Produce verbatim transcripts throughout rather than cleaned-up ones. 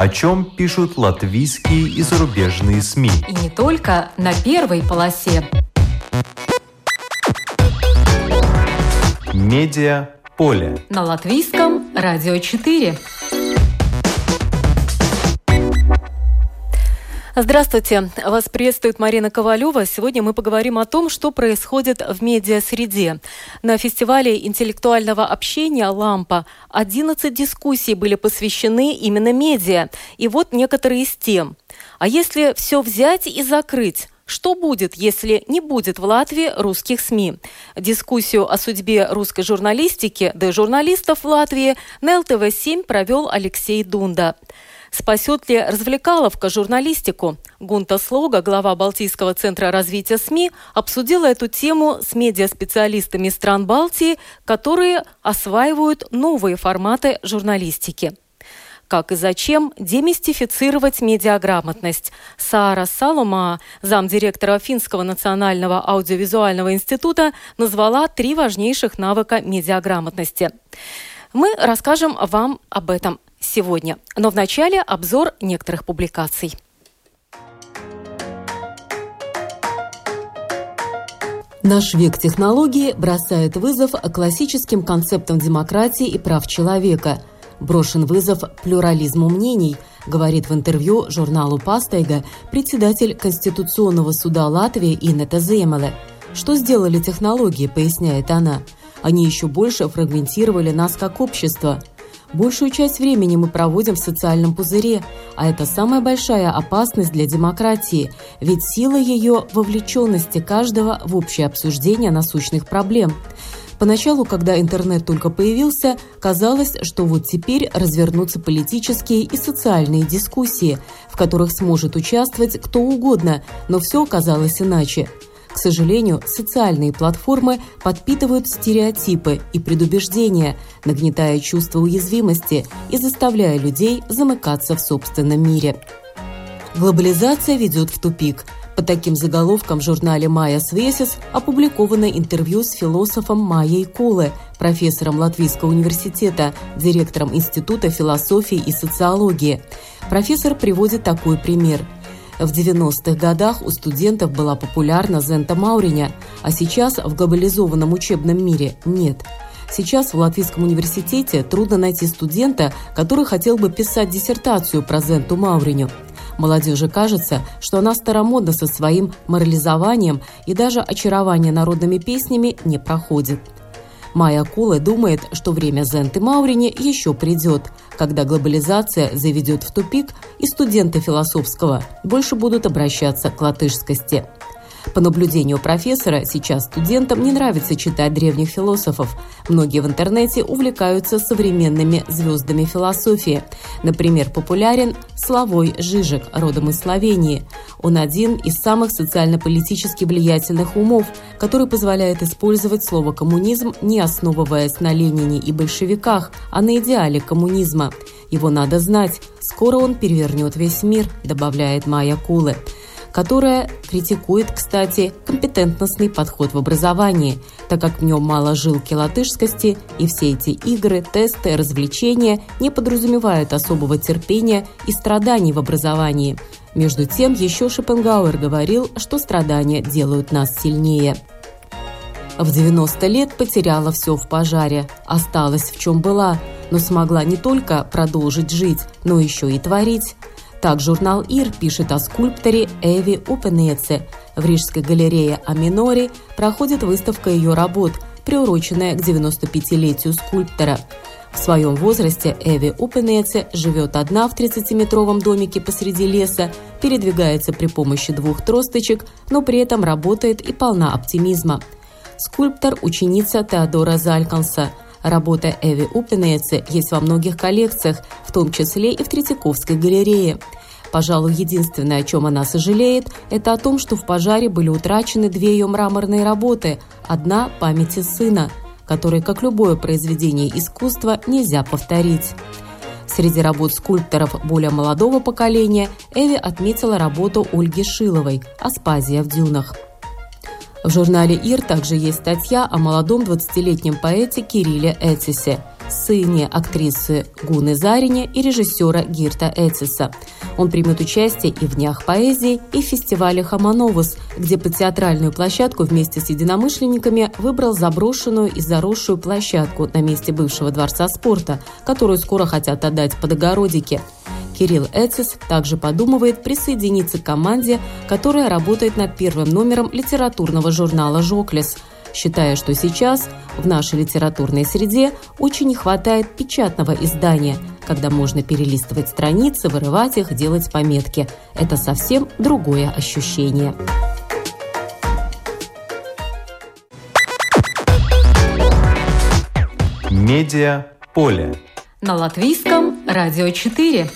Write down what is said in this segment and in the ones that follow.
О чем пишут латвийские и зарубежные СМИ. И не только на первой полосе. Медиаполе. На Латвийском радио четыре. Здравствуйте! Вас приветствует Марина Ковалева. Сегодня мы поговорим о том, что происходит в медиасреде. На фестивале интеллектуального общения «Лампа» одиннадцать дискуссий были посвящены именно медиа. И вот некоторые из тем. А если все взять и закрыть? Что будет, если не будет в Латвии русских СМИ? Дискуссию о судьбе русской журналистики, да и журналистов в Латвии на эл тэ вэ семь провел Алексей Дунда. Спасет ли развлекаловка журналистику? Гунта Слога, глава Балтийского центра развития СМИ, обсудила эту тему с медиаспециалистами стран Балтии, которые осваивают новые форматы журналистики. Как и зачем демистифицировать медиаграмотность? Саара Салома, замдиректора Финского национального аудиовизуального института, назвала три важнейших навыка медиаграмотности. Мы расскажем вам об этом сегодня. Но вначале обзор некоторых публикаций. Наш век технологий бросает вызов классическим концептам демократии и прав человека. Брошен вызов плюрализму мнений, говорит в интервью журналу «Пастайга» председатель Конституционного суда Латвии Инета Земеле. Что сделали технологии, поясняет она. Они еще больше фрагментировали нас как общество. Большую часть времени мы проводим в социальном пузыре, а это самая большая опасность для демократии, ведь сила ее вовлеченности каждого в общее обсуждение насущных проблем. Поначалу, когда интернет только появился, казалось, что вот теперь развернутся политические и социальные дискуссии, в которых сможет участвовать кто угодно, но все оказалось иначе. К сожалению, социальные платформы подпитывают стереотипы и предубеждения, нагнетая чувство уязвимости и заставляя людей замыкаться в собственном мире. Глобализация ведет в тупик. По таким заголовкам в журнале «Майя Свесис» опубликовано интервью с философом Майей Куле, профессором Латвийского университета, директором Института философии и социологии. Профессор приводит такой пример. В девяностых годах у студентов была популярна Зента Мауриня, а сейчас в глобализованном учебном мире нет. Сейчас в Латвийском университете трудно найти студента, который хотел бы писать диссертацию про Зенту Мауриню. Молодежи кажется, что она старомодна со своим морализованием и даже очарование народными песнями не проходит. Майя Куле думает, что время Зенты Маурини еще придет, когда глобализация заведет в тупик, и студенты философского больше будут обращаться к латышскости. По наблюдению профессора, сейчас студентам не нравится читать древних философов. Многие в интернете увлекаются современными звездами философии. Например, популярен Славой Жижик, родом из Словении. Он один из самых социально-политически влиятельных умов, который позволяет использовать слово «коммунизм», не основываясь на Ленине и большевиках, а на идеале коммунизма. Его надо знать. Скоро он перевернет весь мир, добавляет Майя Куле, которая критикует, кстати, компетентностный подход в образовании, так как в нем мало жилки латышскости, и все эти игры, тесты, развлечения не подразумевают особого терпения и страданий в образовании. Между тем, еще Шопенгауэр говорил, что страдания делают нас сильнее. В девяносто лет потеряла все в пожаре, осталась в чем была, но смогла не только продолжить жить, но еще и творить. Так журнал «Ир» пишет о скульпторе Эви Упенеце. В Рижской галерее Аминори проходит выставка ее работ, приуроченная к девяностопятилетию скульптора. В своем возрасте Эви Упенеце живет одна в тридцатиметровом домике посреди леса, передвигается при помощи двух тросточек, но при этом работает и полна оптимизма. Скульптор – ученица Теодора Зальканса. Работа Эви Упенеце есть во многих коллекциях, в том числе и в Третьяковской галерее. Пожалуй, единственное, о чем она сожалеет, это о том, что в пожаре были утрачены две ее мраморные работы. Одна – памяти сына, который, как любое произведение искусства, нельзя повторить. Среди работ скульпторов более молодого поколения Эви отметила работу Ольги Шиловой «Аспазия в дюнах». В журнале «Ир» также есть статья о молодом двадцатилетнем поэте Кирилле Эцисе. сыне актрисы Гуны Зарине и режиссера Гирта Эциса. Он примет участие и в Днях поэзии, и в фестивале «Хамановос», где под театральную площадку вместе с единомышленниками выбрал заброшенную и заросшую площадку на месте бывшего дворца спорта, которую скоро хотят отдать под огородики. Кирилл Эцис также подумывает присоединиться к команде, которая работает над первым номером литературного журнала «Жоклес», считая, что сейчас в нашей литературной среде очень не хватает печатного издания, когда можно перелистывать страницы, вырывать их, делать пометки. Это совсем другое ощущение. Медиаполе. На Латвийском радио четыре.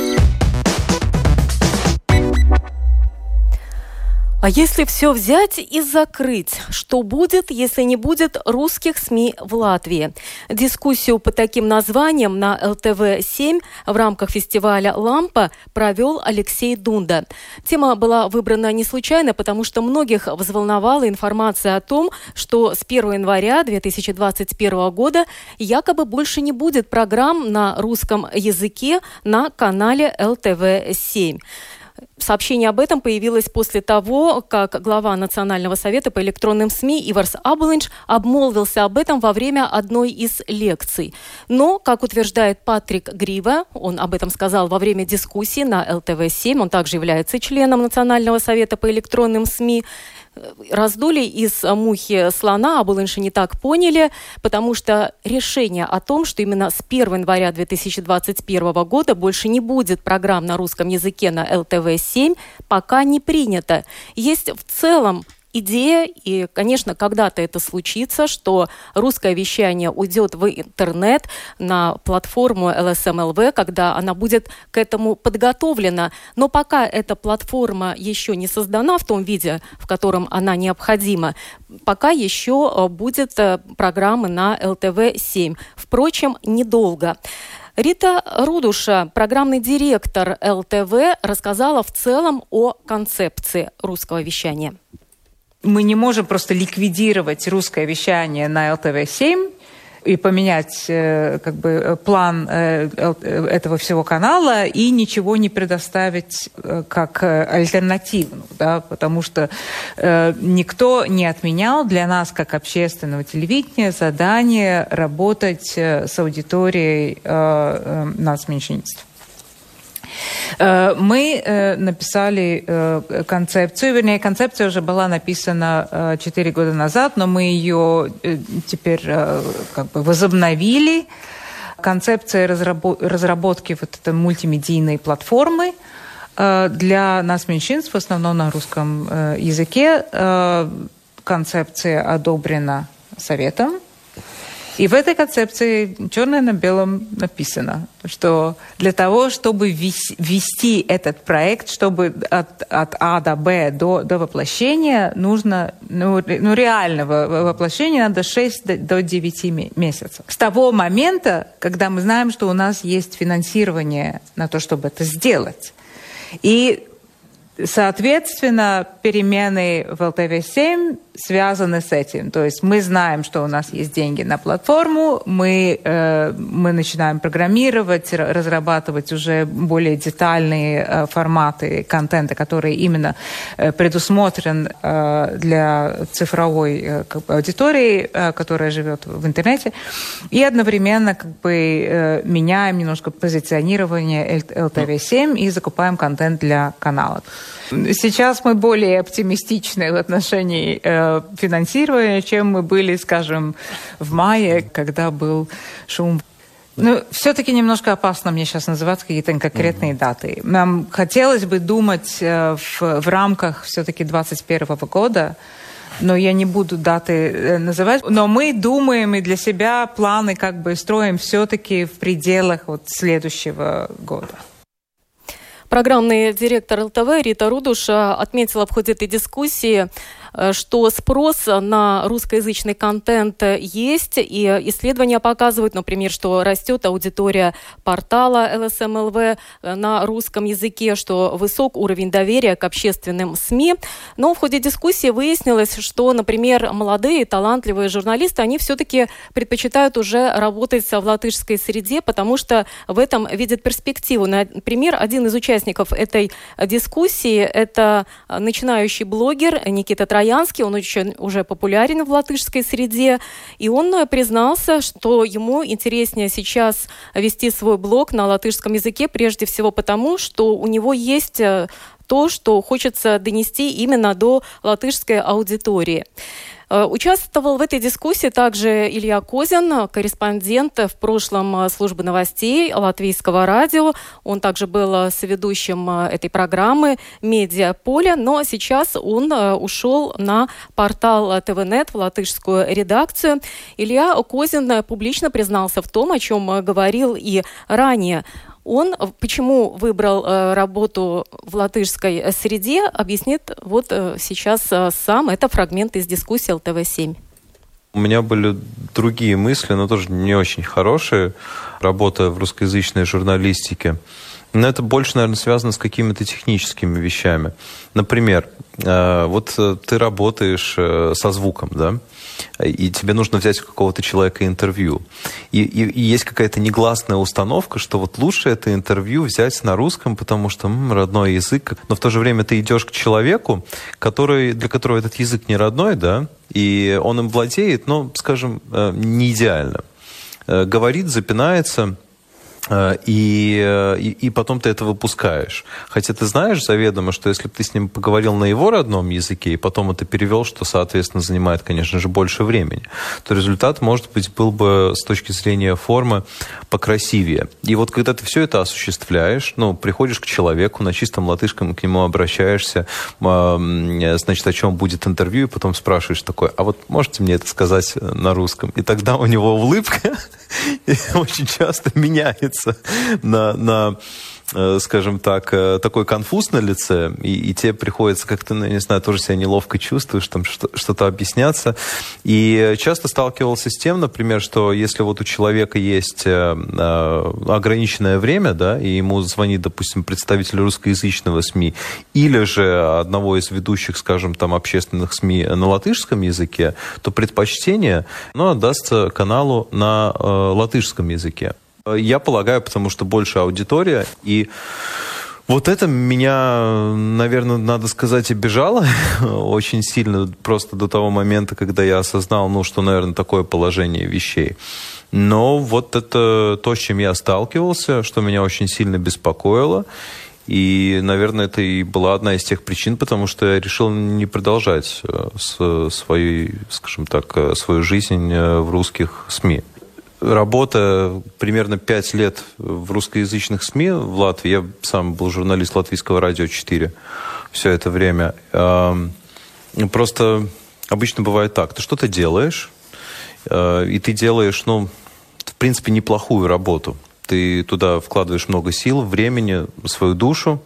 А если все взять и закрыть, что будет, если не будет русских СМИ в Латвии? Дискуссию по таким названиям на эл тэ вэ семь в рамках фестиваля «Лампа» провел Алексей Дунда. Тема была выбрана не случайно, потому что многих взволновала информация о том, что с первого января две тысячи двадцать первого года якобы больше не будет программ на русском языке на канале эл тэ вэ семь. Сообщение об этом появилось после того, как глава Национального совета по электронным СМИ Иварс Аболинш обмолвился об этом во время одной из лекций. Но, как утверждает Патрик Грива, он об этом сказал во время дискуссии на эл тэ вэ семь, он также является членом Национального совета по электронным СМИ, раздули из мухи слона, Аболинша не так поняли, потому что решение о том, что именно с первого января две тысячи двадцать первого года больше не будет программ на русском языке на эл тэ вэ семь, пока не принято. Есть в целом идея, и, конечно, когда-то это случится, что русское вещание уйдет в интернет на платформу эл эс эм эл вэ, когда она будет к этому подготовлена. Но пока эта платформа еще не создана в том виде, в котором она необходима, пока еще будет программы на эл тэ вэ семь. Впрочем, недолго. Рита Рудуша, программный директор эл тэ вэ, рассказала в целом о концепции русского вещания. Мы не можем просто ликвидировать русское вещание на эл тэ вэ семь и поменять э, как бы, план э, этого всего канала и ничего не предоставить э, как альтернативу, да, потому что э, никто не отменял для нас, как общественного телевидения, задание работать э, с аудиторией э, э, нацменьшинств. Мы э, написали э, концепцию, вернее, концепция уже была написана четыре э, года назад, но мы ее э, теперь э, как бы возобновили. Концепция разработ- разработки вот этой мультимедийной платформы э, для нацменьшинств, в основном на русском э, языке. Э, концепция одобрена Советом. И в этой концепции черное на белом написано, что для того, чтобы ввести этот проект, чтобы от, от А до Б до, до воплощения, нужно, ну, ну реального воплощения надо шесть до девяти месяцев. С того момента, когда мы знаем, что у нас есть финансирование на то, чтобы это сделать. И соответственно, перемены в эл тэ вэ семь связаны с этим. То есть мы знаем, что у нас есть деньги на платформу, мы, э, мы начинаем программировать, разрабатывать уже более детальные э, форматы контента, который именно э, предусмотрен э, для цифровой э, как бы, аудитории, э, которая живет в интернете. И одновременно как бы, э, меняем немножко позиционирование эл тэ вэ семь и закупаем контент для канала. Сейчас мы более оптимистичны в отношении э, финансирования, чем мы были, скажем, в мае, когда был шум. Ну, все-таки немножко опасно мне сейчас называть какие-то конкретные mm-hmm. даты. Нам хотелось бы думать э, в, в рамках все-таки двадцать первого года, но я не буду даты называть. Но мы думаем и для себя планы как бы строим все-таки в пределах вот следующего года. Программный директор эл тэ вэ Рита Рудуша отметила в ходе этой дискуссии что спрос на русскоязычный контент есть, и исследования показывают, например, что растет аудитория портала эл эс эм эл вэ на русском языке, что высок уровень доверия к общественным СМИ. Но в ходе дискуссии выяснилось, что, например, молодые талантливые журналисты, они все-таки предпочитают уже работать в латышской среде, потому что в этом видят перспективу. Например, один из участников этой дискуссии – это начинающий блогер Никита Троянский. Он очень уже популярен в латышской среде. И он признался, что ему интереснее сейчас вести свой блог на латышском языке, прежде всего потому, что у него есть то, что хочется донести именно до латышской аудитории. Участвовал в этой дискуссии также Илья Козин, корреспондент в прошлом службы новостей Латвийского радио. Он также был соведущим этой программы «Медиаполе», но сейчас он ушел на портал тэ вэ нет в латышскую редакцию. Илья Козин публично признался в том, о чем говорил и ранее. Он почему выбрал э, работу в латышской среде, объяснит вот э, сейчас э, сам. Это фрагмент из дискуссии эл тэ вэ семь. У меня были другие мысли, но тоже не очень хорошие, работа в русскоязычной журналистике. Но это больше, наверное, связано с какими-то техническими вещами. Например, э, вот ты работаешь э, со звуком, да? И тебе нужно взять у какого-то человека интервью. И, и, и есть какая-то негласная установка, что вот лучше это интервью взять на русском, потому что м, родной язык. Но в то же время ты идешь к человеку, который, для которого этот язык не родной, да, и он им владеет, но, скажем, не идеально. Говорит, запинается. И, и, и потом ты это выпускаешь. Хотя ты знаешь заведомо, что если бы ты с ним поговорил на его родном языке и потом это перевел, что, соответственно, занимает, конечно же, больше времени, то результат, может быть, был бы с точки зрения формы покрасивее. И вот когда ты все это осуществляешь, ну, приходишь к человеку, на чистом латышском к нему обращаешься, значит, о чем будет интервью, и потом спрашиваешь такое: а вот можете мне это сказать на русском? И тогда у него улыбка очень часто меняется на, на, скажем так, такой конфуз на лице, и, и тебе приходится как-то, ну, не знаю, тоже себя неловко чувствуешь, там что-то объясняться. И часто сталкивался с тем, например, что если вот у человека есть ограниченное время, да, и ему звонит, допустим, представитель русскоязычного СМИ или же одного из ведущих, скажем, там, общественных СМИ на латышском языке, то предпочтение, ну, отдастся каналу на э, латышском языке. Я полагаю, потому что больше аудитория, и вот это меня, наверное, надо сказать, обижало очень сильно, просто до того момента, когда я осознал, ну, что, наверное, такое положение вещей. Но вот это то, с чем я сталкивался, что меня очень сильно беспокоило. И, наверное, это и была одна из тех причин, потому что я решил не продолжать свою, скажем так, свою жизнь в русских СМИ. Работа примерно пять лет в русскоязычных СМИ в Латвии. Я сам был журналист Латвийского радио четыре все это время. Просто обычно бывает так. Ты что-то делаешь, и ты делаешь, ну, в принципе, неплохую работу. Ты туда вкладываешь много сил, времени, свою душу.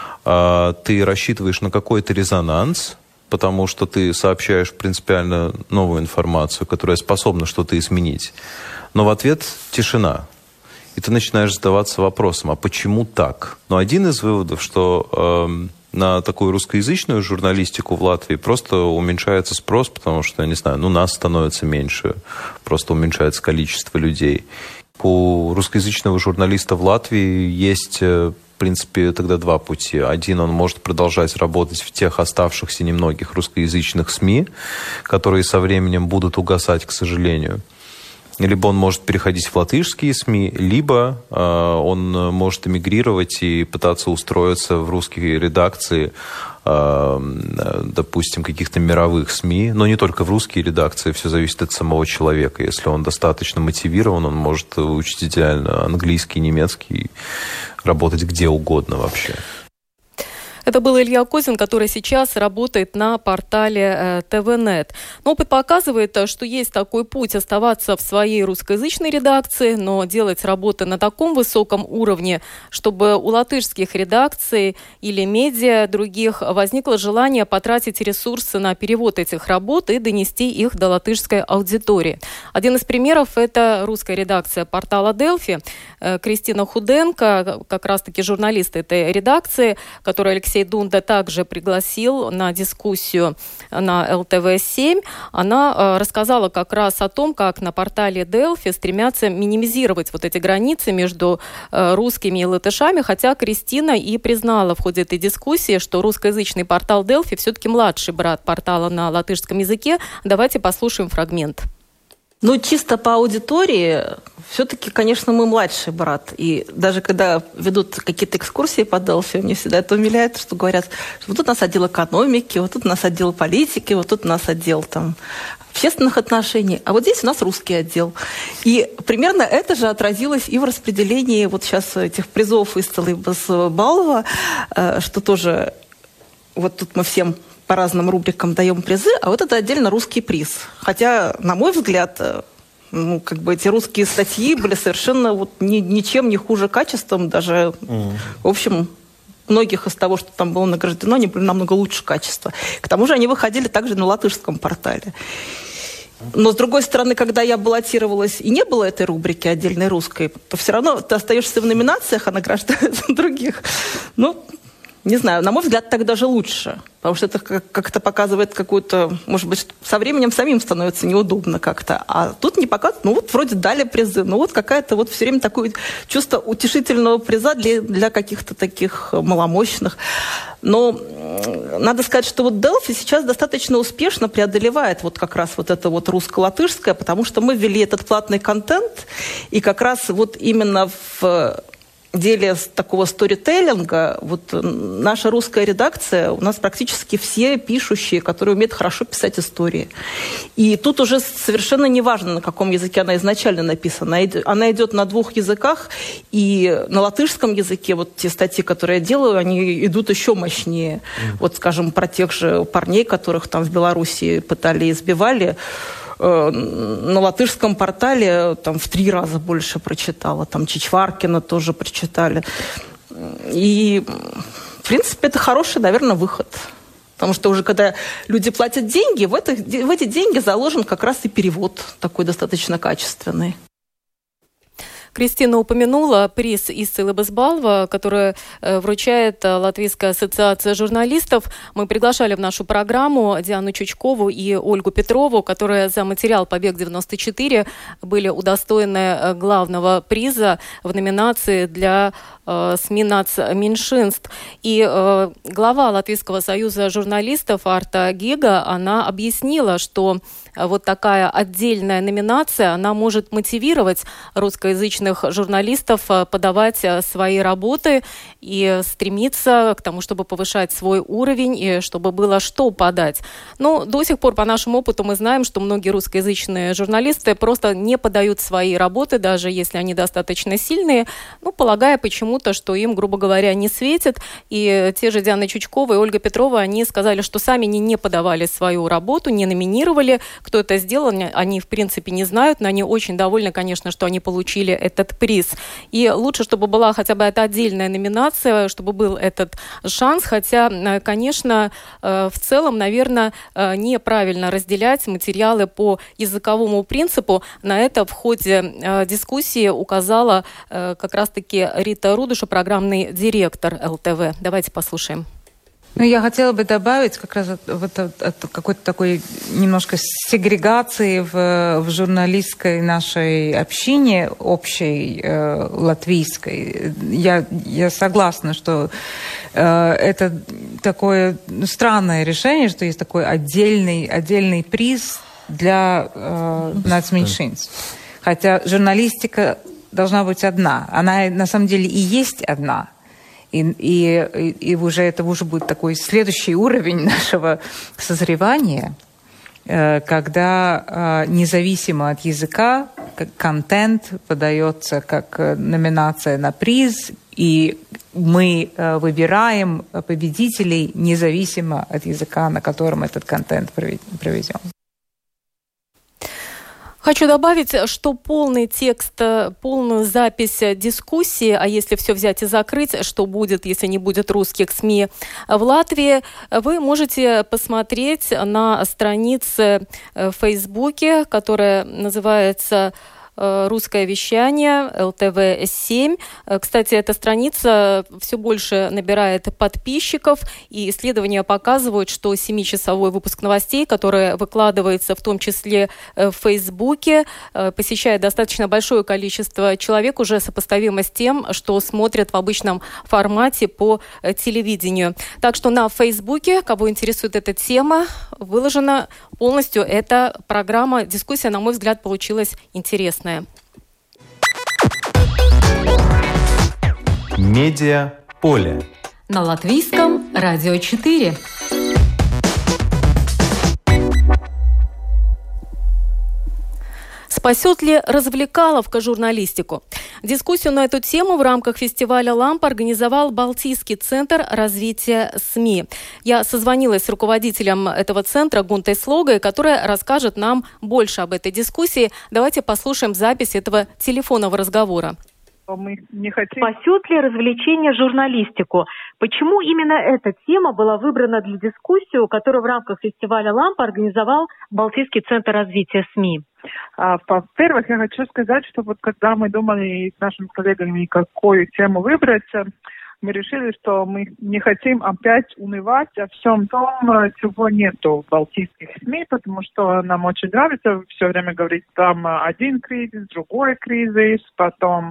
Ты рассчитываешь на какой-то резонанс, потому что ты сообщаешь принципиально новую информацию, которая способна что-то изменить. Но в ответ тишина. И ты начинаешь задаваться вопросом, а почему так? Но один из выводов, что э, на такую русскоязычную журналистику в Латвии просто уменьшается спрос, потому что, я не знаю, ну, нас становится меньше, просто уменьшается количество людей. У русскоязычного журналиста в Латвии есть, в принципе, тогда два пути. Один, он может продолжать работать в тех оставшихся немногих русскоязычных СМИ, которые со временем будут угасать, к сожалению. Либо он может переходить в латышские СМИ, либо э, он может эмигрировать и пытаться устроиться в русские редакции, э, допустим, каких-то мировых СМИ, но не только в русские редакции, все зависит от самого человека. Если он достаточно мотивирован, он может выучить идеально английский, немецкий, работать где угодно вообще. Это был Илья Козин, который сейчас работает на портале ТВ.нет. Но опыт показывает, что есть такой путь оставаться в своей русскоязычной редакции, но делать работы на таком высоком уровне, чтобы у латышских редакций или медиа других возникло желание потратить ресурсы на перевод этих работ и донести их до латышской аудитории. Один из примеров – это русская редакция портала Delfi. Кристина Худенко, как раз-таки журналист этой редакции, которую Алексей Дунда также пригласил на дискуссию на эл тэ вэ семь, она рассказала как раз о том, как на портале Delfi стремятся минимизировать вот эти границы между русскими и латышами, хотя Кристина и признала в ходе этой дискуссии, что русскоязычный портал Delfi все-таки младший брат портала на латышском языке. Давайте послушаем фрагмент. Ну, чисто по аудитории, все-таки, конечно, мы младший брат. И даже когда ведут какие-то экскурсии по Delfi, мне всегда это умиляет, что говорят, что вот тут у нас отдел экономики, вот тут у нас отдел политики, вот тут у нас отдел там, общественных отношений, а вот здесь у нас русский отдел. И примерно это же отразилось и в распределении вот сейчас этих призов из Целыбас-Балва, что тоже вот тут мы всем по разным рубрикам даем призы, а вот это отдельно русский приз. Хотя, на мой взгляд, ну, как бы эти русские статьи были совершенно вот ни, ничем не хуже качеством, даже, mm. в общем, многих из того, что там было награждено, они были намного лучше качества. К тому же они выходили также на латышском портале. Но, с другой стороны, когда я баллотировалась и не было этой рубрики отдельной русской, то все равно ты остаешься в номинациях, а награждаются других. Ну, не знаю, на мой взгляд, так даже лучше. Потому что это как-то показывает какую-то... Может быть, со временем самим становится неудобно как-то. А тут не показывают. Ну вот вроде дали призы. Ну вот какая-то вот все время такое чувство утешительного приза для, для каких-то таких маломощных. Но надо сказать, что вот Delfi сейчас достаточно успешно преодолевает вот как раз вот это вот русско-латышское, потому что мы ввели этот платный контент. И как раз вот именно в... деле такого сторителлинга, вот наша русская редакция, у нас практически все пишущие, которые умеют хорошо писать истории. И тут уже совершенно не важно, на каком языке она изначально написана. Она идет на двух языках, и на латышском языке вот те статьи, которые я делаю, они идут еще мощнее. Mm. Вот, скажем, про тех же парней, которых там в Беларуси пытали и избивали, на латышском портале там в три раза больше прочитала. Там Чичваркина тоже прочитали. И, в принципе, это хороший, наверное, выход. Потому что уже когда люди платят деньги, в, это, в эти деньги заложен как раз и перевод такой достаточно качественный. Кристина упомянула приз из Целыбас-Балва, который э, вручает Латвийская ассоциация журналистов. Мы приглашали в нашу программу Диану Чучкову и Ольгу Петрову, которые за материал «Побег девяносто четыре» были удостоены главного приза в номинации для э, СМИ нацменьшинств. И э, глава Латвийского союза журналистов Арта Гига, она объяснила, что вот такая отдельная номинация, она может мотивировать русскоязычных журналистов подавать свои работы и стремиться к тому, чтобы повышать свой уровень и чтобы было что подать. Но до сих пор, по нашему опыту, мы знаем, что многие русскоязычные журналисты просто не подают свои работы, даже если они достаточно сильные, ну, полагая почему-то, что им, грубо говоря, не светит. И те же Диана Чучкова и Ольга Петрова, они сказали, что сами они не подавали свою работу, не номинировали. Кто это сделал, они, в принципе, не знают, но они очень довольны, конечно, что они получили этот приз. И лучше, чтобы была хотя бы эта отдельная номинация, чтобы был этот шанс, хотя, конечно, в целом, наверное, неправильно разделять материалы по языковому принципу. На это в ходе дискуссии указала как раз-таки Рита Рудуша, программный директор эл тэ вэ. Давайте послушаем. Ну, я хотела бы добавить как раз от, вот от, от какой-то такой немножко сегрегации в, в журналистской нашей общине, общей э, латвийской. Я, я согласна, что э, это такое странное решение, что есть такой отдельный, отдельный приз для э, нацменьшинств. Хотя журналистика должна быть одна. Она на самом деле и есть одна. И, и, и уже это уже будет такой следующий уровень нашего созревания, когда независимо от языка контент подается как номинация на приз, и мы выбираем победителей независимо от языка, на котором этот контент проведен. Хочу добавить, что полный текст, полную запись дискуссии, а если все взять и закрыть, что будет, если не будет русских СМИ в Латвии, вы можете посмотреть на странице в Фейсбуке, которая называется «Русское вещание», эл тэ вэ семь. Кстати, эта страница все больше набирает подписчиков, и исследования показывают, что семичасовой выпуск новостей, который выкладывается в том числе в Фейсбуке, посещает достаточно большое количество человек, уже сопоставимо с тем, что смотрят в обычном формате по телевидению. Так что на Фейсбуке, кого интересует эта тема, выложена полностью эта программа. Дискуссия, на мой взгляд, получилась интересная. Медиа поле. На Латвийском радио четыре. Спасет ли развлекаловка журналистику? Дискуссию на эту тему в рамках фестиваля «Лампа» организовал Балтийский центр развития СМИ. Я созвонилась с руководителем этого центра Гунтой Слогой, которая расскажет нам больше об этой дискуссии. Давайте послушаем запись этого телефонного разговора. Мы не хотим... Спасет ли развлечение журналистику? Почему именно эта тема была выбрана для дискуссии, которую в рамках фестиваля «Лампа» организовал Балтийский центр развития СМИ? А, во-первых, я хочу сказать, что вот когда мы думали с нашими коллегами, какую тему выбрать, мы решили, что мы не хотим опять унывать о всем том, чего нету в балтийских СМИ, потому что нам очень нравится все время говорить, там один кризис, другой кризис, потом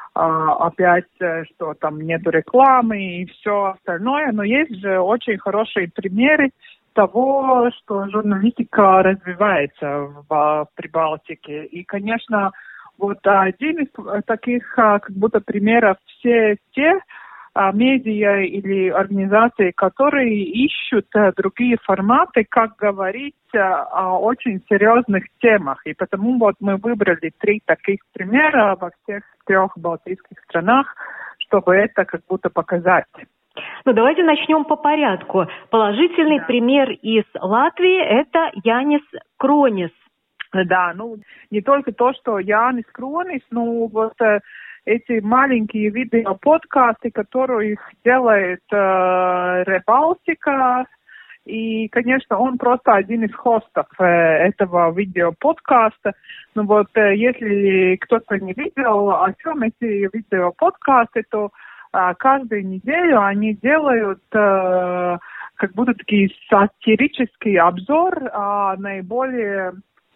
опять, что там нету рекламы и все остальное, но есть же очень хорошие примеры того, что журналистика развивается в, в Прибалтике. И, конечно, вот один из таких как будто примеров все те а, медиа или организации, которые ищут а, другие форматы, как говорить а, о очень серьезных темах. И потому вот мы выбрали три таких примера во всех трех балтийских странах, чтобы это как будто показать. Ну, давайте начнем по порядку. Положительный да. пример из Латвии – это Янис Кронис. Да, ну, не только то, что Янис Кронис, но вот э, эти маленькие видеоподкасты, которые делает э, Ребалтика. И, конечно, он просто один из хостов э, этого видеоподкаста. Ну вот, э, если кто-то не видел, о чем эти видеоподкасты, то э, каждую неделю они делают э, как будто такие сатирический обзор э, наиболее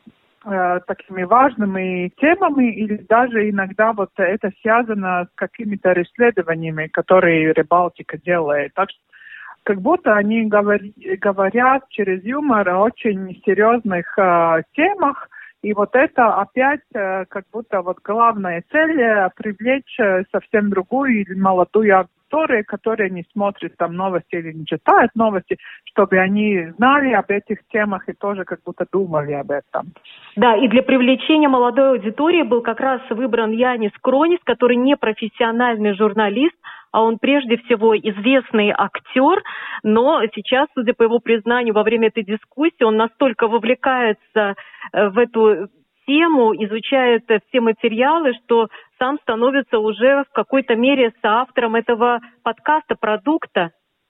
э, такими важными темами, или даже иногда вот это связано с какими-то расследованиями, которые Ребалтика делает. Так что как будто они говори, говорят через юмор о очень серьезных э, темах, и вот это опять э, как будто вот главная цель э, привлечь э, совсем другую молодую аудиторию, которая не смотрит там новости или не читает новости, чтобы они знали об этих темах и тоже как будто думали об этом. Да, и для привлечения молодой аудитории был как раз выбран Янис Кронис, который не профессиональный журналист, а он прежде всего известный актер, но сейчас, судя по его признанию во время этой дискуссии, он настолько вовлекается в эту тему, изучает все материалы, что сам становится уже в какой-то мере соавтором этого подкаста, продукта.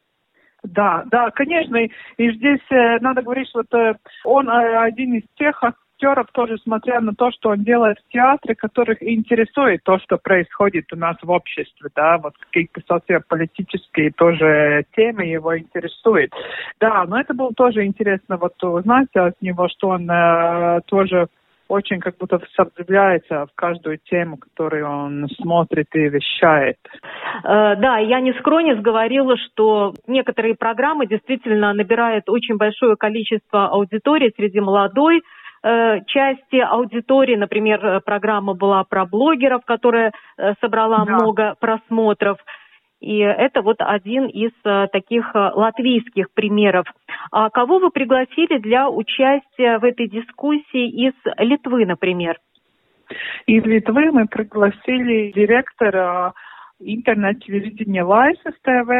Да, да, конечно, и, и здесь э, надо говорить, что это он э, один из тех актеров, тоже смотря на то, что он делает в театре, которых интересует то, что происходит у нас в обществе, да, вот какие-то социополитические тоже темы его интересуют. Да, но это было тоже интересно вот узнать от него, что он э, тоже очень как будто вдавляется в каждую тему, которую он смотрит и вещает. Э, да, Янис Кронис говорила, что некоторые программы действительно набирают очень большое количество аудитории среди молодой э, части аудитории. Например, программа была про блогеров, которая э, собрала да. много просмотров. И это вот один из а, таких а, латвийских примеров. А кого вы пригласили для участия в этой дискуссии из Литвы, например? Из Литвы мы пригласили директора интернет-телевидение Laisvas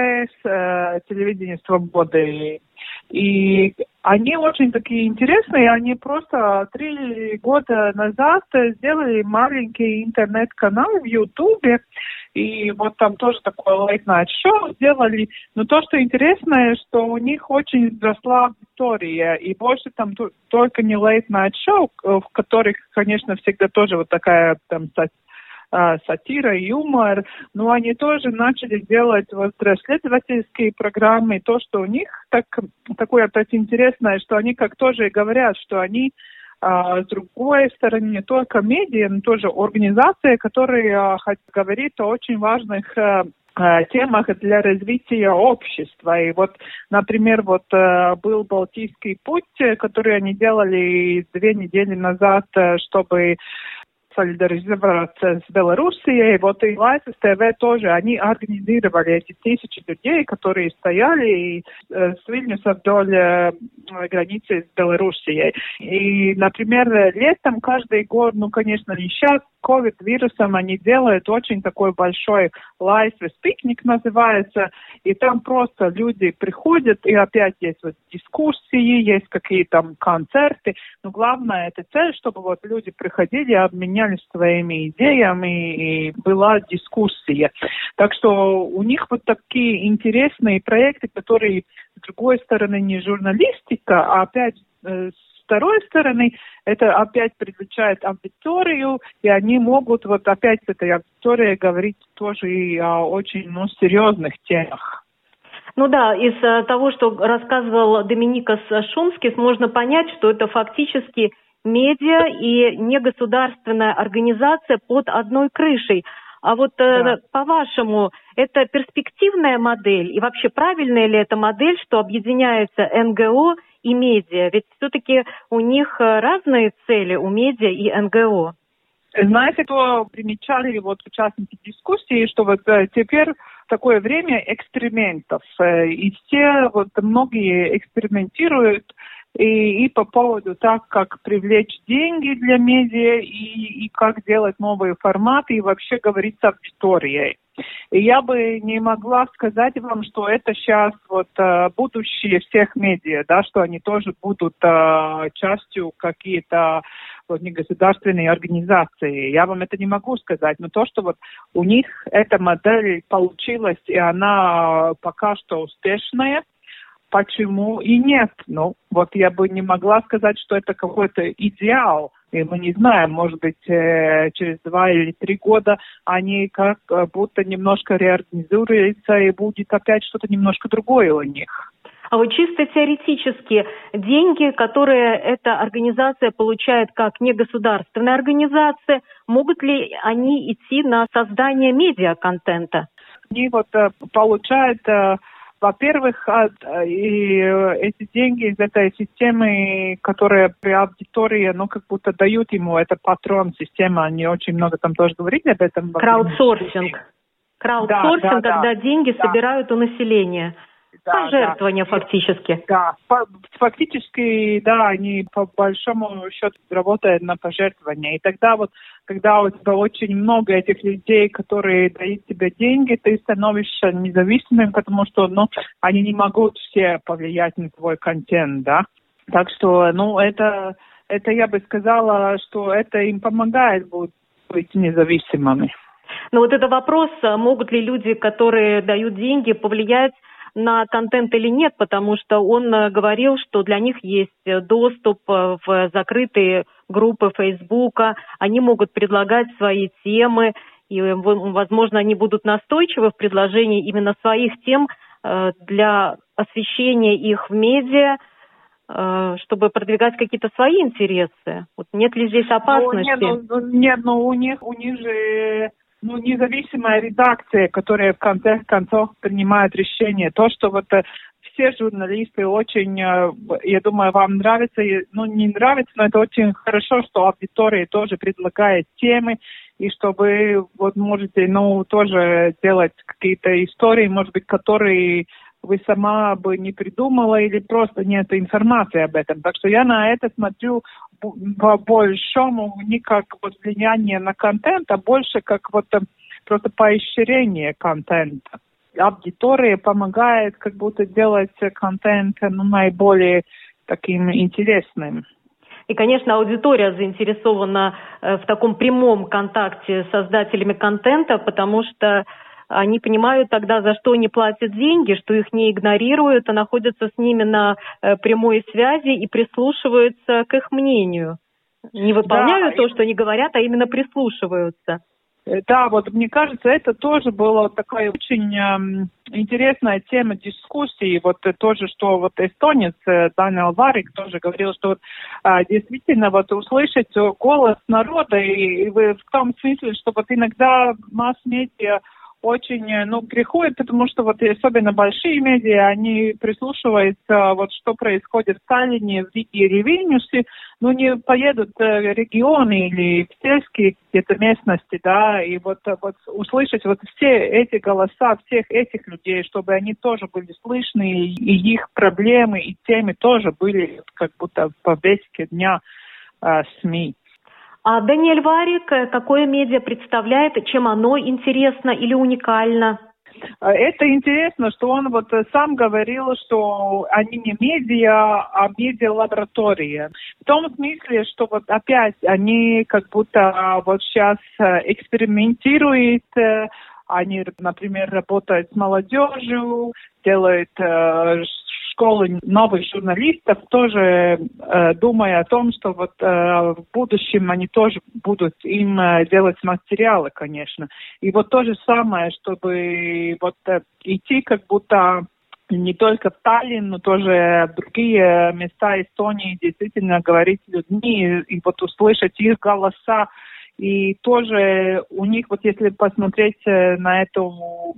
ТВ, телевидение Свободы. И они очень такие интересные, они просто три года назад сделали маленький интернет-канал в Ютубе, и вот там тоже такое late-night шоу сделали. Но то, что интересно, что у них очень взросла аудитория, и больше там т- только не late-night шоу, в которых, конечно, всегда тоже вот такая там сатира, юмор, но они тоже начали делать вот расследовательские программы, то, что у них так, такое опять интересное, что они как тоже говорят, что они а, с другой стороны не только медиа, но тоже организация, которая а, говорит о очень важных а, темах для развития общества. И вот, например, вот был Балтийский путь, который они делали две недели назад, чтобы солидаризироваться с Белоруссией. Вот и Laisvas ТВ тоже, они организировали эти тысячи людей, которые стояли э, с Вильнюса вдоль э, границы с Белоруссией. И, например, летом каждый год, ну, конечно, не сейчас, ковид-вирусом, они делают очень такой большой Laisvas пикник называется, и там просто люди приходят, и опять есть вот дискуссии, есть какие-то там концерты, но главное это цель, чтобы вот люди приходили, обменялись своими идеями, и была дискуссия. Так что у них вот такие интересные проекты, которые с другой стороны не журналистика, а опять э, с второй стороны, это опять привлекает аудиторию, и они могут вот опять с этой аудиторией говорить тоже и о очень ну, серьезных темах. Ну да, из того, что рассказывал Доминикас Шумскис, можно понять, что это фактически медиа и негосударственная организация под одной крышей. А вот да. по-вашему, это перспективная модель? И вообще правильная ли эта модель, что объединяется эн гэ о и медиа? Ведь все-таки у них разные цели, у медиа и эн гэ о. Знаете, что примечали вот участники дискуссии, что вот теперь такое время экспериментов. И все, вот многие экспериментируют и, и по поводу так, как привлечь деньги для медиа, и, и как делать новые форматы, и вообще говорить с аудиторией. И я бы не могла сказать вам, что это сейчас вот будущее всех медиа, да, что они тоже будут а, частью какие-то вот, негосударственные организации. Я вам это не могу сказать, но то, что вот у них эта модель получилась, и она пока что успешная, почему и нет? Ну, вот я бы не могла сказать, что это какой-то идеал. И мы не знаем, может быть, через два или три года они как будто немножко реорганизуются, и будет опять что-то немножко другое у них. А вот чисто теоретически деньги, которые эта организация получает как негосударственная организация, могут ли они идти на создание медиаконтента? Они вот получают... Во-первых, и эти деньги из этой системы, которая при аудитории, ну, как будто дают ему, это патрон системы, они очень много там тоже говорили об этом. Краудсорсинг. Краудсорсинг, да, да, когда да, деньги да. собирают у населения. Да, пожертвования да. фактически. Да, фактически, да, они по большому счету работают на пожертвования. И тогда вот, когда у тебя очень много этих людей, которые дают тебе деньги, ты становишься независимым, потому что, ну, они не могут все повлиять на твой контент, да. Так что, ну, это, это я бы сказала, что это им помогает быть независимыми. Но вот это вопрос, могут ли люди, которые дают деньги, повлиять на контент или нет, потому что он говорил, что для них есть доступ в закрытые группы Фейсбука, они могут предлагать свои темы, и, возможно, они будут настойчивы в предложении именно своих тем для освещения их в медиа, чтобы продвигать какие-то свои интересы. Вот нет ли здесь опасности? Ну, нет, ну, нет, ну у них, у них же... Ну, независимая редакция, которая в конце концов принимает решение. То, что вот э, все журналисты очень, э, я думаю, вам нравится, ну, не нравится, но это очень хорошо, что аудитория тоже предлагает темы, и что вы вот можете, ну, тоже делать какие-то истории, может быть, которые вы сама бы не придумала или просто нет информации об этом. Так что я на это смотрю по большому не как вот влияние на контент, а больше как вот просто поощрение контента. Аудитория помогает как будто делать контент ну, наиболее таким интересным. И, конечно, аудитория заинтересована в таком прямом контакте с создателями контента, потому что они понимают тогда, за что они платят деньги, что их не игнорируют, а находятся с ними на прямой связи и прислушиваются к их мнению. Не выполняют да, то, что они говорят, а именно прислушиваются. Да, вот мне кажется, это тоже была такая очень э, интересная тема дискуссии. Вот э, тоже, что вот эстонец э, Даниэл Варик тоже говорил, что вот, э, действительно вот услышать голос народа и, и в том смысле, что вот иногда масс-медиа очень, ну, грехует, потому что вот особенно большие медиа, они прислушиваются, вот что происходит в Таллине, в Риге или Вильнюсе, ну, не поедут в регионы или в сельские где-то местности, да, и вот, вот услышать вот все эти голоса всех этих людей, чтобы они тоже были слышны, и их проблемы и темы тоже были как будто в повестке дня э, СМИ. А Даниэль Варик какое медиа представляет, чем оно интересно или уникально? Это интересно, что он вот сам говорил, что они не медиа, а медиа-лаборатория. В том смысле, что вот опять они как будто вот сейчас экспериментируют, они, например, работают с молодежью, делают школы новых журналистов, тоже э, думая о том, что вот э, в будущем они тоже будут им э, делать материалы, конечно. И вот то же самое, чтобы вот э, идти как будто не только в Таллин, но тоже в другие места Эстонии, действительно говорить с людьми и, и вот услышать их голоса. И тоже у них, вот если посмотреть на эту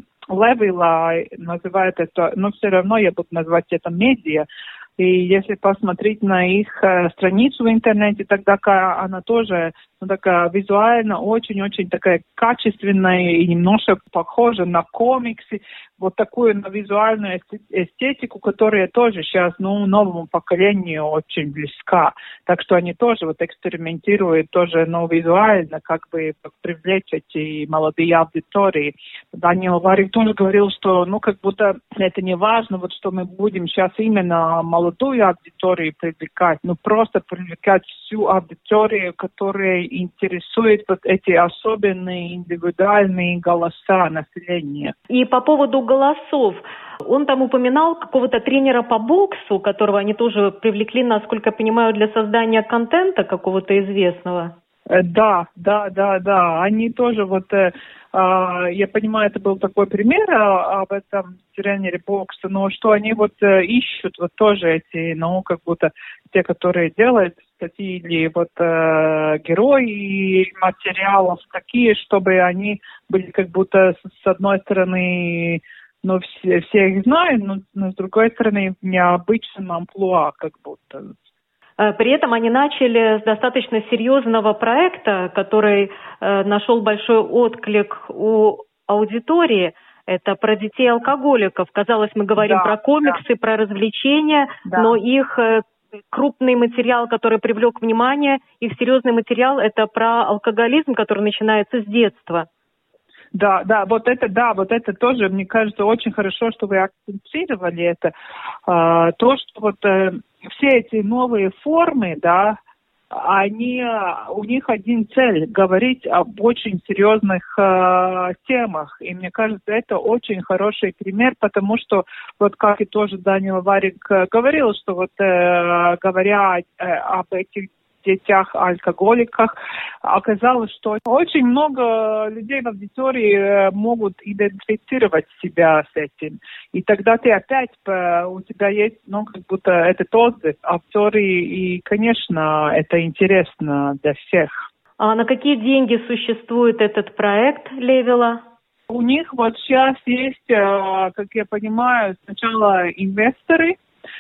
левела, называют это, но все равно я буду называть это медиа. И если посмотреть на их э, страницу в интернете, тогда она тоже ну, такая визуально очень-очень такая качественная и немножко похожа на комиксы, вот такую на визуальную эстетику, которая тоже сейчас ну, новому поколению очень близка. Так что они тоже вот экспериментируют тоже ну, визуально, как бы привлечь эти молодые аудитории. Даниэл Варик тоже говорил, что ну как будто это не важно, вот что мы будем сейчас именно молодую аудиторию привлекать, но просто привлекать всю аудиторию, которая интересует вот эти особенные индивидуальные голоса населения. И по поводу голосов, он там упоминал какого-то тренера по боксу, которого они тоже привлекли, насколько я понимаю, для создания контента какого-то известного. Да, да, да, да. Они тоже вот, э, э, я понимаю, это был такой пример э, об этом тренере бокса, но что они вот э, ищут вот тоже эти, ну, как будто те, которые делают статьи или вот э, герои материалов такие, чтобы они были как будто с, с одной стороны, ну, все, все их знают, но, но с другой стороны в необычном амплуа как будто. При этом они начали с достаточно серьезного проекта, который э, нашел большой отклик у аудитории. Это про детей-алкоголиков. Казалось, мы говорим да, про комиксы, да. про развлечения, да. но их э, крупный материал, который привлек внимание, их серьезный материал, это про алкоголизм, который начинается с детства. Да, да, вот это, да, вот это тоже, мне кажется, очень хорошо, что вы акцентировали это. А, то, что вот э, все эти новые формы, да, они, у них один цель — говорить об очень серьезных э, темах. И мне кажется, это очень хороший пример, потому что, вот как и тоже Даниэл Варик говорил, что вот э, говоря э, об этих детях-алкоголиках, оказалось, что очень много людей в аудитории могут идентифицировать себя с этим. И тогда ты опять, у тебя есть, ну, как будто этот отзыв аудитории, и, конечно, это интересно для всех. А на какие деньги существует этот проект Левела? У них вот сейчас есть, как я понимаю, сначала инвесторы.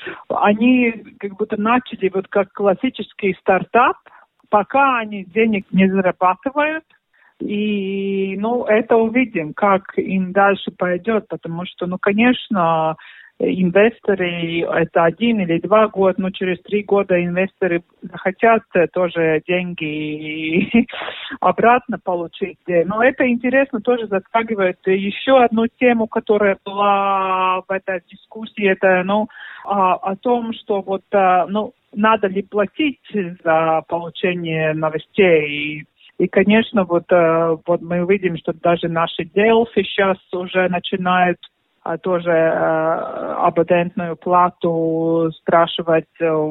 Они как будто начали вот как классический стартап, пока они денег не зарабатывают. И, ну, это увидим, как им дальше пойдет, потому что, ну, конечно, инвесторы, это один или два года, но через три года инвесторы захотят тоже деньги обратно получить. Но это интересно, тоже затрагивает еще одну тему, которая была в этой дискуссии, это ну, о, о том, что вот, ну, надо ли платить за получение новостей. И, конечно, вот, вот мы видим, что даже наши Delfi сейчас уже начинают тоже абонентную плату спрашивать.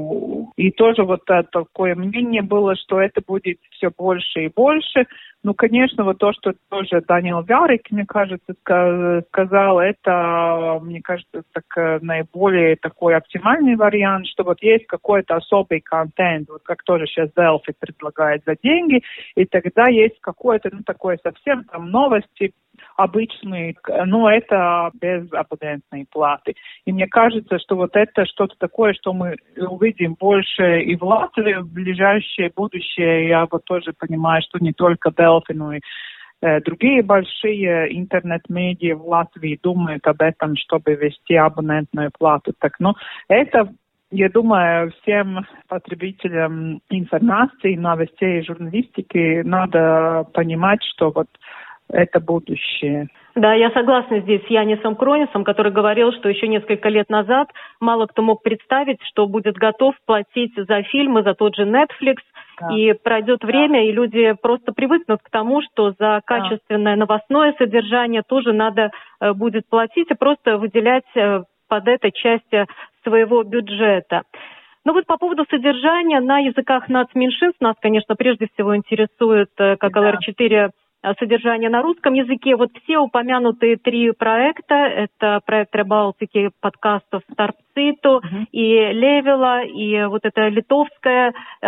И тоже вот такое мнение было, что это будет все больше и больше. Ну, конечно, вот то, что тоже Даниил Вярик, мне кажется, сказал, это, мне кажется, так, наиболее такой оптимальный вариант, что вот есть какой-то особый контент, вот как тоже сейчас Delfi предлагает за деньги, и тогда есть какой-то, ну, такой совсем там новости, обычные, но это без абонентной платы. И мне кажется, что вот это что-то такое, что мы увидим больше и в Латвии в ближайшее будущее. Я вот тоже понимаю, что не только Delfi, но и э, другие большие интернет-медиа в Латвии думают об этом, чтобы ввести абонентную плату. Так, ну, это, я думаю, всем потребителям информации, новостей и журналистики надо понимать, что вот это будущее. Да, я согласна здесь с Янисом Кронисом, который говорил, что еще несколько лет назад мало кто мог представить, что будет готов платить за фильмы, за тот же Netflix. Да. И пройдет время, и люди просто привыкнут к тому, что за качественное новостное содержание тоже надо э, будет платить и просто выделять э, под это часть своего бюджета. Ну вот по поводу содержания на языках нацменьшинств нас, конечно, прежде всего интересует, э, как эл эр четыре, содержание на русском языке. Вот все упомянутые три проекта, это проект Ребалтики, подкастов Старпциту uh-huh. и Левела, и вот это литовское э,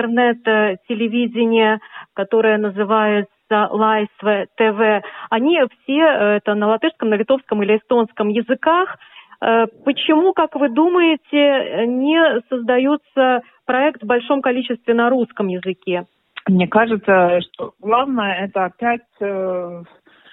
интернет-телевидение, которое называется Лайсве ТВ, они все, это на латышском, на литовском или эстонском языках. Э, почему, как вы думаете, не создается проект в большом количестве на русском языке? Мне кажется, что главное это опять э,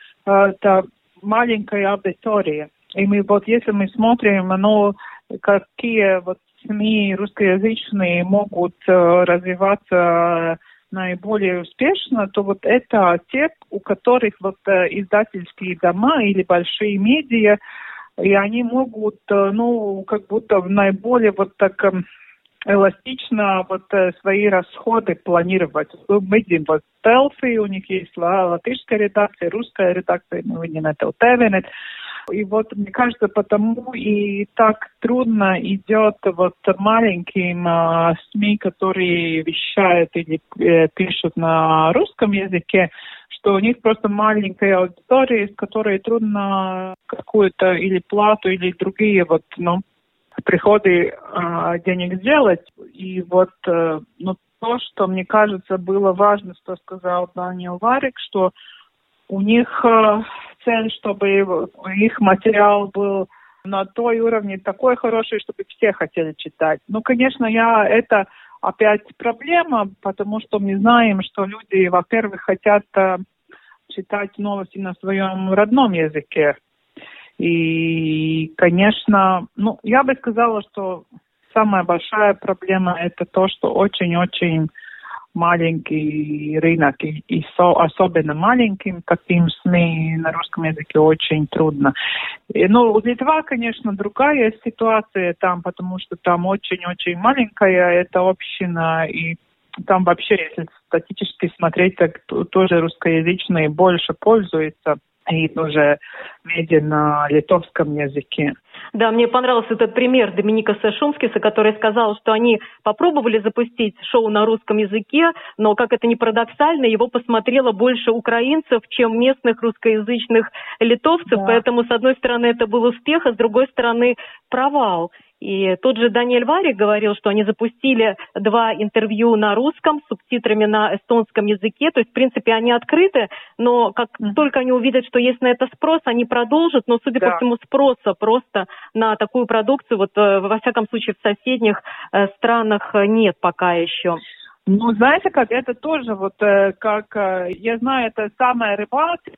это маленькая аудитория. И мы вот если мы смотрим, ну, какие вот СМИ русскоязычные могут э, развиваться наиболее успешно, то вот это те, у которых вот э, издательские дома или большие медиа, и они могут, э, ну, как будто в наиболее вот так э, эластично вот э, свои расходы планировать. Мы видим вот Delfi, у них есть латышская редакция, русская редакция, мы видим это ТВНет. И вот, мне кажется, потому и так трудно идет вот маленьким э, СМИ, которые вещают или э, пишут на русском языке, что у них просто маленькая аудитория, с которой трудно какую-то или плату, или другие вот, ну, приходы э, денег сделать. И вот э, ну, то, что, мне кажется, было важно, что сказал Даниил Вярик, что у них э, цель, чтобы их материал был на той уровне такой хороший, чтобы все хотели читать. Ну, конечно, я это опять проблема, потому что мы знаем, что люди, во-первых, хотят э, читать новости на своем родном языке. И, конечно, ну, я бы сказала, что самая большая проблема это то, что очень-очень маленький рынок, и, и со, особенно маленьким таким СМИ на русском языке очень трудно. И, ну, у Литвы, конечно, другая ситуация там, потому что там очень-очень маленькая эта община, и там вообще, если статистически смотреть, так тоже русскоязычные больше пользуются. И тоже медиа на литовском языке. Да, мне понравился этот пример Доминика Шумскиса, который сказал, что они попробовали запустить шоу на русском языке, но, как это ни парадоксально, его посмотрело больше украинцев, чем местных русскоязычных литовцев. Да. Поэтому, с одной стороны, это был успех, а с другой стороны, провал. И тот же Даниил Вярик говорил, что они запустили два интервью на русском с субтитрами на эстонском языке. То есть, в принципе, они открыты, но как mm-hmm. только они увидят, что есть на это спрос, они продолжат. Но, судя да. по всему, спроса просто на такую продукцию, вот во всяком случае, в соседних э, странах нет пока еще. Ну, знаете, как это тоже, вот как, я знаю, это самая Ребалтика,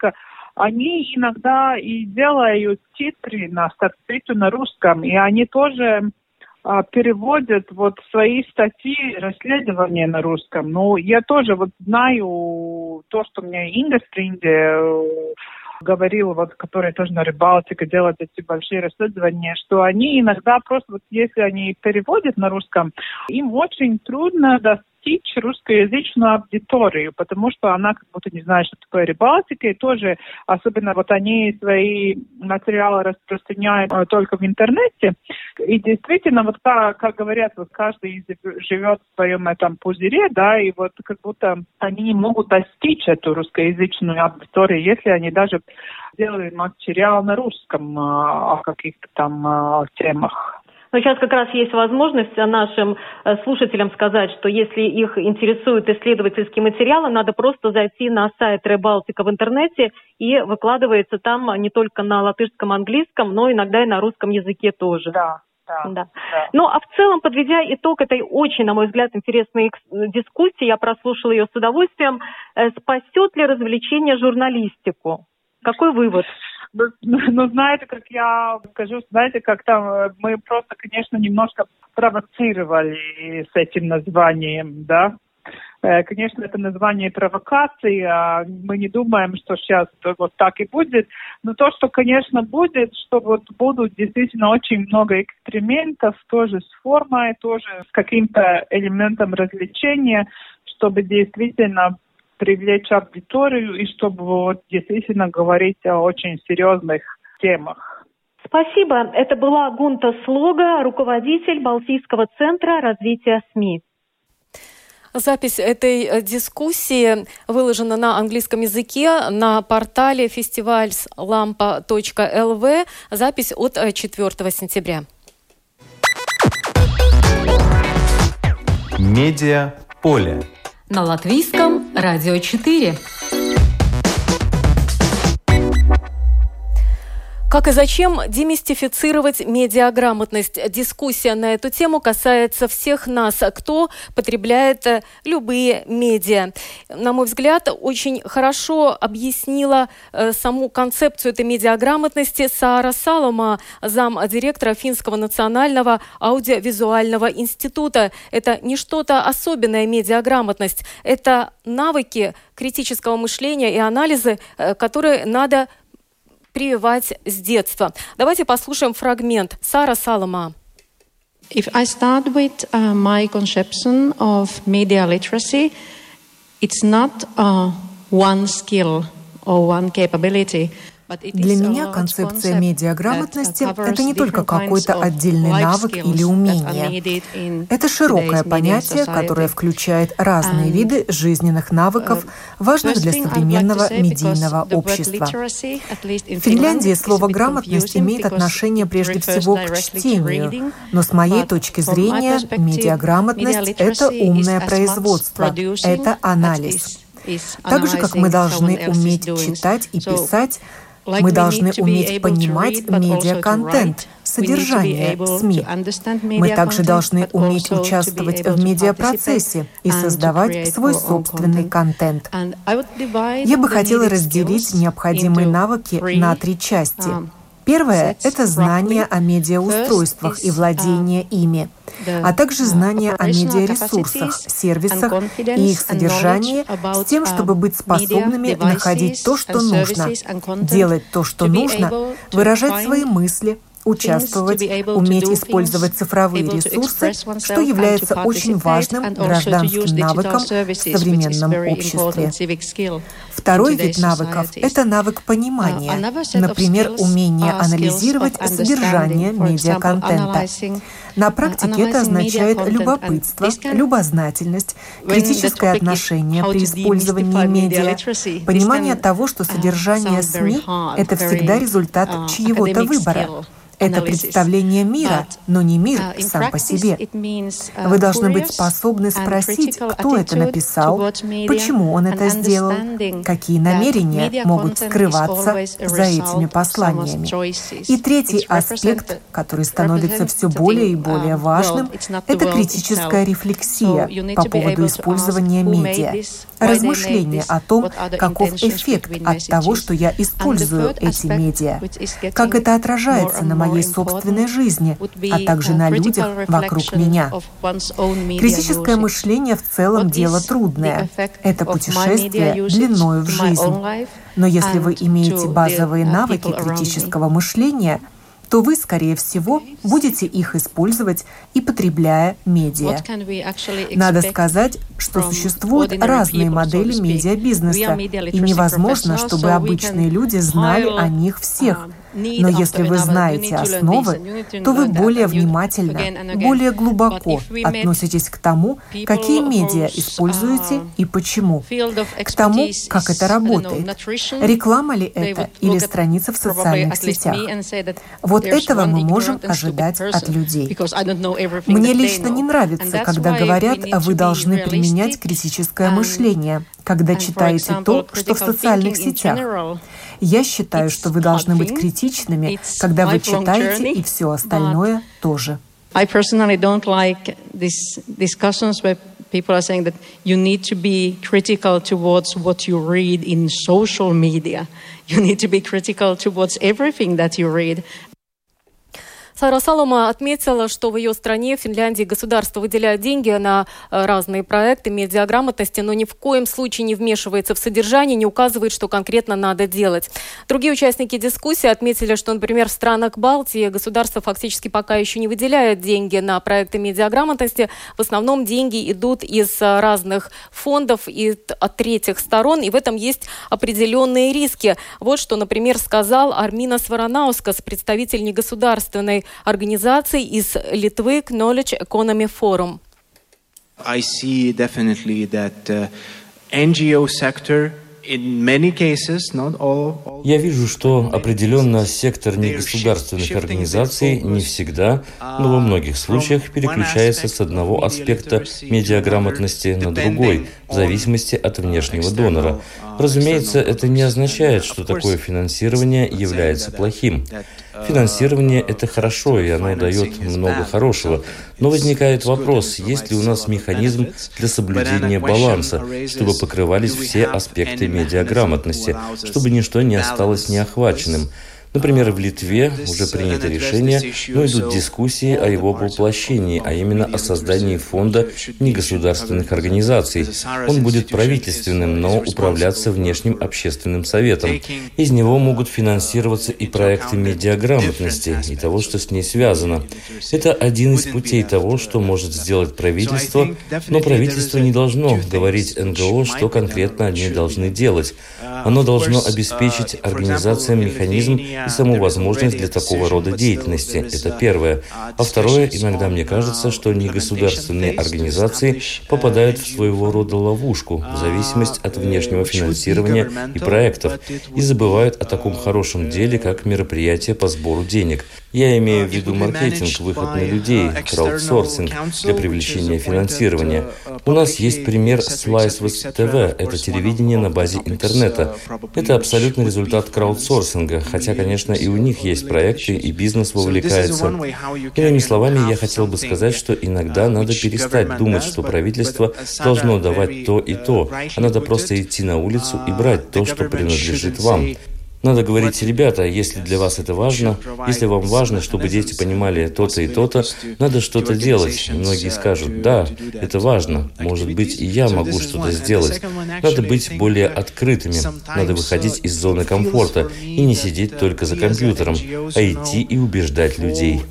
они иногда и делают титры на статью на русском, и они тоже а, переводят вот свои статьи, расследования на русском. Ну, я тоже вот знаю то, что мне Инга Стринде говорил, вот, который тоже на Рыбалтике делает эти большие расследования, что они иногда просто, вот если они переводят на русском, им очень трудно достичь русскоязычную аудиторию, потому что она как будто не знает, что такое Рыбалтика, и тоже, особенно вот они свои материалы распространяют только в интернете. И действительно, вот как, как говорят, вот каждый живет в своем этом пузыре, да, и вот как будто они не могут достичь эту русскоязычную аудиторию, если они даже делают материал на русском о каких-то там темах. Но сейчас как раз есть возможность нашим слушателям сказать, что если их интересует исследовательский материал, надо просто зайти на сайт Рыбалтика в интернете, и выкладывается там не только на латышском, английском, но иногда и на русском языке тоже. Да. Да, да. Да. Ну, а в целом, подведя итог этой очень, на мой взгляд, интересной дискуссии, я прослушала ее с удовольствием, спасет ли развлечение журналистику? Какой вывод? Ну, ну, знаете, как я скажу, знаете, как там мы просто, конечно, немножко провоцировали с этим названием, да. Конечно, это название провокации, а мы не думаем, что сейчас вот так и будет. Но то, что, конечно, будет, что вот будут действительно очень много экспериментов, тоже с формой, тоже с каким-то элементом развлечения, чтобы действительно привлечь аудиторию и чтобы вот действительно говорить о очень серьезных темах. Спасибо. Это была Гунта Слога, руководитель Балтийского центра развития СМИ. Запись этой дискуссии выложена на английском языке на портале фестивальс лампа точка эл ви. Запись от четвёртого сентября. Медиа поле. На Латвийском радио четыре. Как и зачем демистифицировать медиаграмотность? Дискуссия на эту тему касается всех нас, кто потребляет любые медиа. На мой взгляд, очень хорошо объяснила э, саму концепцию этой медиаграмотности Саара Салома, замдиректора Финского национального аудиовизуального института. Это не что-то особенное медиаграмотность, это навыки критического мышления и анализа, э, которые надо прививать с детства. Давайте послушаем фрагмент Саара Салома. If I start with uh, my conception of media literacy, it's not uh, one skill or one capability. Для меня концепция медиаграмотности – это не только какой-то отдельный навык или умение. Это широкое понятие, которое включает разные виды жизненных навыков, важных для современного медийного общества. В Финляндии слово «грамотность» имеет отношение прежде всего к чтению, но с моей точки зрения медиаграмотность – это умное производство, это анализ. Так же, как мы должны уметь читать и писать, мы должны уметь понимать медиаконтент, содержание СМИ. Мы также должны уметь участвовать в медиапроцессе и создавать свой собственный контент. Я бы хотела разделить необходимые навыки на три части. Первое – это знание о медиаустройствах и владение ими, а также знание о медиаресурсах, сервисах и их содержании с тем, чтобы быть способными находить то, что нужно, делать то, что нужно, выражать свои мысли, участвовать, уметь использовать цифровые ресурсы, что является очень важным гражданским навыком в современном обществе. Второй вид навыков – это навык понимания, например, умение анализировать содержание медиаконтента. На практике это означает любопытство, любознательность, критическое отношение при использовании медиа, понимание того, что содержание СМИ – это всегда результат чьего-то выбора. Это представление мира, но не мир сам по себе. Вы должны быть способны спросить, кто это написал, почему он это сделал, какие намерения могут скрываться за этими посланиями. И третий аспект, который становится все более и более важным, это критическая рефлексия по поводу использования медиа. Размышление о том, каков эффект от того, что я использую эти медиа, как это отражается на моей собственной жизни, а также на людях вокруг меня. Критическое мышление в целом дело трудное. Это путешествие длиною в жизнь. Но если вы имеете базовые навыки критического мышления, то вы, скорее всего, будете их использовать и потребляя медиа. Надо сказать, что существуют разные модели медиабизнеса, и невозможно, чтобы обычные люди знали о них всех. Но если вы знаете основы, то вы более внимательно, более глубоко относитесь к тому, какие медиа используете и почему, к тому, как это работает, реклама ли это или страница в социальных сетях. Вот этого мы можем ожидать от людей. Мне лично не нравится, когда говорят, вы должны применять критическое мышление, когда читаете то, что в социальных сетях. Я считаю, что вы должны быть критичными, когда вы читаете, и все остальное тоже. I personally don't like these discussions where people are saying that you need to be critical towards what you read in social media. You need to be critical towards everything that you read. Сара Салома отметила, что в ее стране, в Финляндии, государство выделяет деньги на разные проекты медиаграмотности, но ни в коем случае не вмешивается в содержание, не указывает, что конкретно надо делать. Другие участники дискуссии отметили, что, например, в странах Балтии государство фактически пока еще не выделяет деньги на проекты медиаграмотности. В основном деньги идут из разных фондов и от третьих сторон, и в этом есть определенные риски. Вот что, например, сказал Арминас Варанаускас, представитель негосударственной организации из Литвы Knowledge Economy Forum. I see definitely that uh, эн джи о sector in many cases, not all, all... Я вижу, что определенно сектор негосударственных организаций не всегда, но во многих случаях переключается с одного аспекта медиаграмотности на другой, в зависимости от внешнего донора. Разумеется, это не означает, что такое финансирование является плохим. Финансирование – это хорошо, и оно дает много хорошего. Но возникает вопрос, есть ли у нас механизм для соблюдения баланса, чтобы покрывались все аспекты медиаграмотности, чтобы ничто не осталось неохваченным. Например, в Литве уже принято решение, но идут дискуссии о его воплощении, а именно о создании фонда негосударственных организаций. Он будет правительственным, но управляться внешним общественным советом. Из него могут финансироваться и проекты медиаграмотности, и того, что с ней связано. Это один из путей того, что может сделать правительство, но правительство не должно говорить эн гэ о, что конкретно они должны делать. Оно должно обеспечить организациям механизм и саму возможность для такого рода деятельности. Это первое. А второе, иногда мне кажется, что негосударственные организации попадают в своего рода ловушку, в зависимости от внешнего финансирования и проектов, и забывают о таком хорошем деле, как мероприятие по сбору денег. Я имею в виду маркетинг, выход на людей, краудсорсинг для привлечения финансирования. У нас есть пример Slice ти ви, это телевидение на базе интернета. Это абсолютный результат краудсорсинга, хотя, конечно, и у них есть проекты, и бизнес вовлекается. Иными словами, я хотел бы сказать, что иногда надо перестать думать, что правительство должно давать то и то, а надо просто идти на улицу и брать то, что принадлежит вам. Надо говорить, ребята, если для вас это важно, если вам важно, чтобы дети понимали то-то и то-то, надо что-то делать. И многие скажут, да, это важно, может быть, и я могу что-то сделать. Надо быть более открытыми, надо выходить из зоны комфорта и не сидеть только за компьютером, а идти и убеждать людей.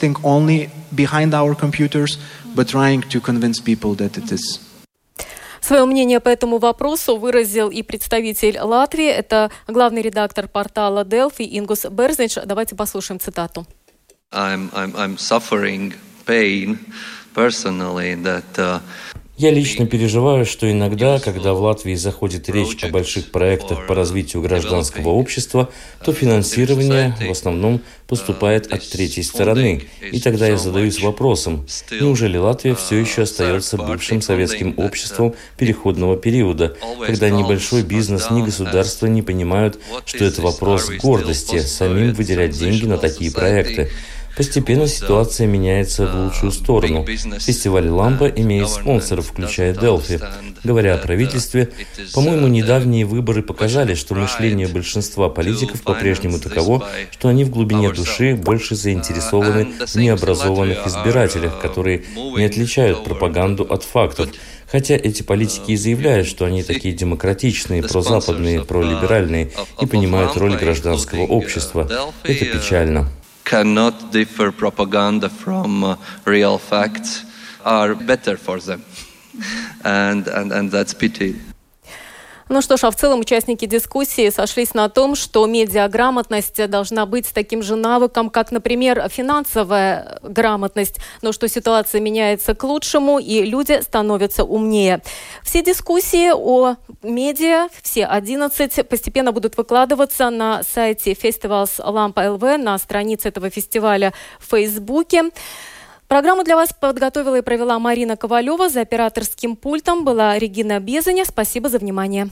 Свое мнение по этому вопросу выразил и представитель Латвии. Это главный редактор портала Delfi Ингус Берзнич. Давайте послушаем цитату. I'm, I'm, I'm suffering pain personally that uh, Я лично переживаю, что иногда, когда в Латвии заходит речь о больших проектах по развитию гражданского общества, то финансирование в основном поступает от третьей стороны. И тогда я задаюсь вопросом, неужели Латвия все еще остается бывшим советским обществом переходного периода, когда ни большой бизнес, ни государство не понимают, что это вопрос гордости, самим выделять деньги на такие проекты. Постепенно ситуация меняется в лучшую сторону. Фестиваль «Лампа» имеет спонсоров, включая Делфи. Говоря о правительстве, по-моему, недавние выборы показали, что мышление большинства политиков по-прежнему таково, что они в глубине души больше заинтересованы в необразованных избирателях, которые не отличают пропаганду от фактов. Хотя эти политики и заявляют, что они такие демократичные, прозападные, пролиберальные и понимают роль гражданского общества. Это печально. Cannot differ propaganda from uh, real facts are better for them. And, and, and that's pity. Ну что ж, а в целом участники дискуссии сошлись на том, что медиаграмотность должна быть таким же навыком, как, например, финансовая грамотность, но что ситуация меняется к лучшему, и люди становятся умнее. Все дискуссии о медиа, все одиннадцать, постепенно будут выкладываться на сайте Festivals Lampa эл ви, на странице этого фестиваля в Фейсбуке. Программу для вас подготовила и провела Марина Ковалева. За операторским пультом была Регина Безаня. Спасибо за внимание.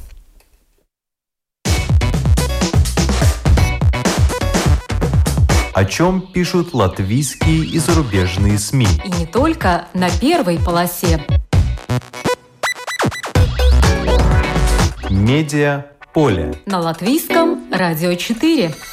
О чем пишут латвийские и зарубежные СМИ. И не только на первой полосе. Медиа поле. На Латвийском радио четыре.